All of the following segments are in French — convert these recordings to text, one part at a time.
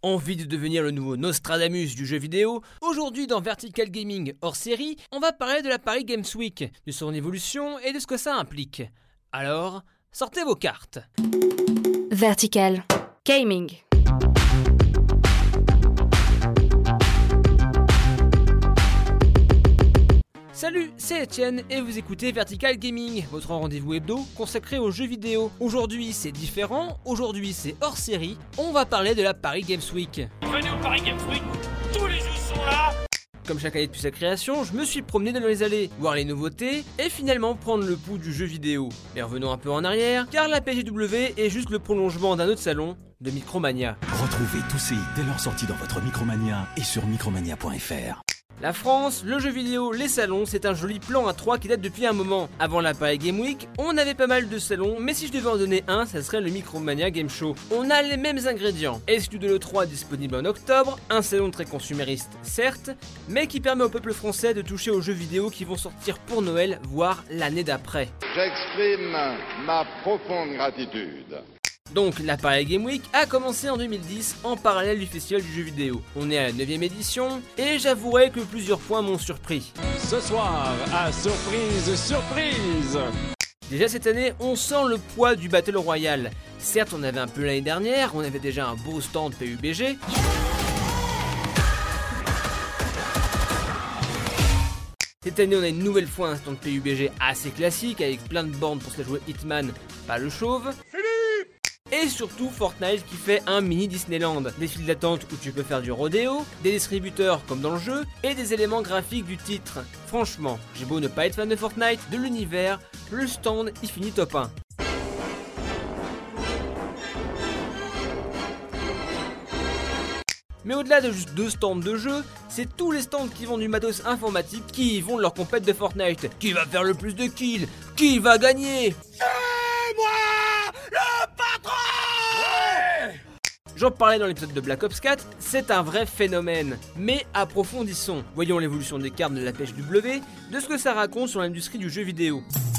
Envie de devenir le nouveau Nostradamus du jeu vidéo? Aujourd'hui dans Vertical Gaming hors série, on va parler de la Paris Games Week, de son évolution et de ce que ça implique. Alors, sortez vos cartes. Vertical Gaming. Salut, c'est Etienne et vous écoutez Vertical Gaming, votre rendez-vous hebdo consacré aux jeux vidéo. Aujourd'hui c'est différent, aujourd'hui c'est hors série, on va parler de la Paris Games Week. Venez au Paris Games Week, tous les jeux sont là. Comme chaque année depuis sa création, je me suis promené dans les allées, voir les nouveautés et finalement prendre le pouls du jeu vidéo. Mais revenons un peu en arrière, car la PGW est juste le prolongement d'un autre salon, de Micromania. Retrouvez tous ces hits dès leur sortie dans votre Micromania et sur micromania.fr. La France, le jeu vidéo, les salons, c'est un joli plan à 3 qui date depuis un moment. Avant la Paris Game Week, on avait pas mal de salons, mais si je devais en donner un, ça serait le Micromania Game Show. On a les mêmes ingrédients. Exclu de l'E3 disponible en octobre, un salon très consumériste, certes, mais qui permet au peuple français de toucher aux jeux vidéo qui vont sortir pour Noël, voire l'année d'après. J'exprime ma profonde gratitude. Donc la Paris Game Week a commencé en 2010 en parallèle du festival du jeu vidéo. On est à la 9ème édition et j'avouerai que plusieurs points m'ont surpris. Ce soir, à surprise. Déjà cette année, on sent le poids du Battle Royale. Certes, on avait un peu l'année dernière, on avait déjà un beau stand PUBG. Cette année, on a une nouvelle fois un stand PUBG assez classique avec plein de bornes pour se la jouer Hitman, pas le chauve. Et surtout Fortnite qui fait un mini Disneyland. Des files d'attente où tu peux faire du rodéo, des distributeurs comme dans le jeu, et des éléments graphiques du titre. Franchement, j'ai beau ne pas être fan de Fortnite, de l'univers, le stand il finit top 1. Mais au-delà de juste 2 stands de jeu, c'est tous les stands qui vendent du matos informatique qui vont de leur compète de Fortnite. Qui va faire le plus de kills? Qui va gagner? C'est moi, le patron! Ouais. J'en parlais dans l'épisode de Black Ops 4, c'est un vrai phénomène. Mais approfondissons. Voyons l'évolution des cartes de la PGW, de ce que ça raconte sur l'industrie du jeu vidéo.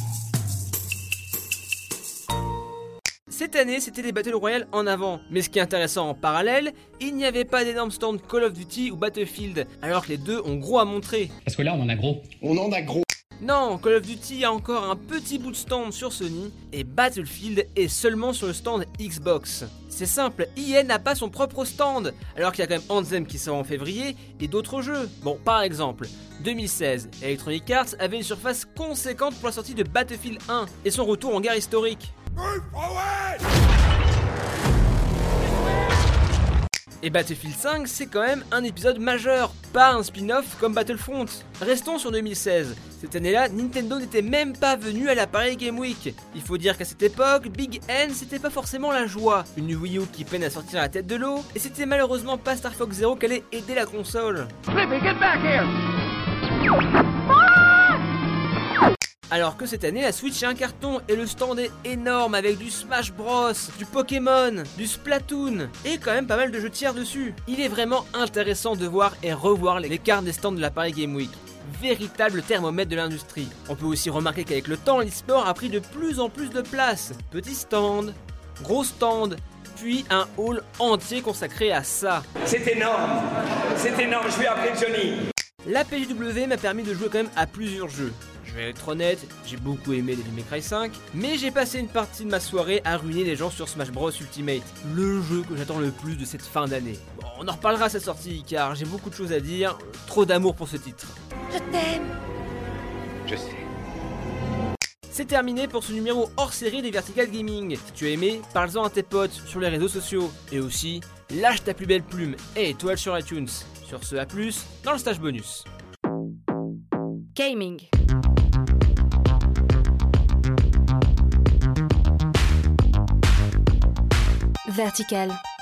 Cette année, c'était les Battle Royale en avant. Mais ce qui est intéressant en parallèle, il n'y avait pas d'énormes stands Call of Duty ou Battlefield, alors que les deux ont gros à montrer. Parce que là, on en a gros. On en a gros. Non, Call of Duty a encore un petit bout de stand sur Sony, et Battlefield est seulement sur le stand Xbox. C'est simple, EA n'a pas son propre stand, alors qu'il y a quand même Anthem qui sort en février, et d'autres jeux. Bon, par exemple, 2016, Electronic Arts avait une surface conséquente pour la sortie de Battlefield 1, et son retour en guerre historique. Et Battlefield 5, c'est quand même un épisode majeur, pas un spin-off comme Battlefront. Restons sur 2016. Cette année-là, Nintendo n'était même pas venu à la Paris Game Week. Il faut dire qu'à cette époque, Big N, c'était pas forcément la joie. Une Wii U qui peine à sortir la tête de l'eau, et c'était malheureusement pas Star Fox Zero qui allait aider la console. Flippy, get back here. Alors que cette année, la Switch est un carton et le stand est énorme avec du Smash Bros, du Pokémon, du Splatoon et quand même pas mal de jeux tiers dessus. Il est vraiment intéressant de voir et revoir les cartes des stands de la Paris Game Week. Véritable thermomètre de l'industrie. On peut aussi remarquer qu'avec le temps, l'e-sport a pris de plus en plus de place. Petit stand, gros stand, puis un hall entier consacré à ça. C'est énorme, je vais appeler Johnny. La PGW m'a permis de jouer quand même à plusieurs jeux. Je vais être honnête, j'ai beaucoup aimé Devil May Cry 5, mais j'ai passé une partie de ma soirée à ruiner les gens sur Smash Bros Ultimate, le jeu que j'attends le plus de cette fin d'année. Bon, on en reparlera à sa sortie car j'ai beaucoup de choses à dire, trop d'amour pour ce titre. Je t'aime. Je sais. C'est terminé pour ce numéro hors série des Vertical Gaming. Si tu as aimé, parle-en à tes potes sur les réseaux sociaux. Et aussi, lâche ta plus belle plume et étoile sur iTunes. Sur ce, à plus dans le stage bonus. Gaming. Vertical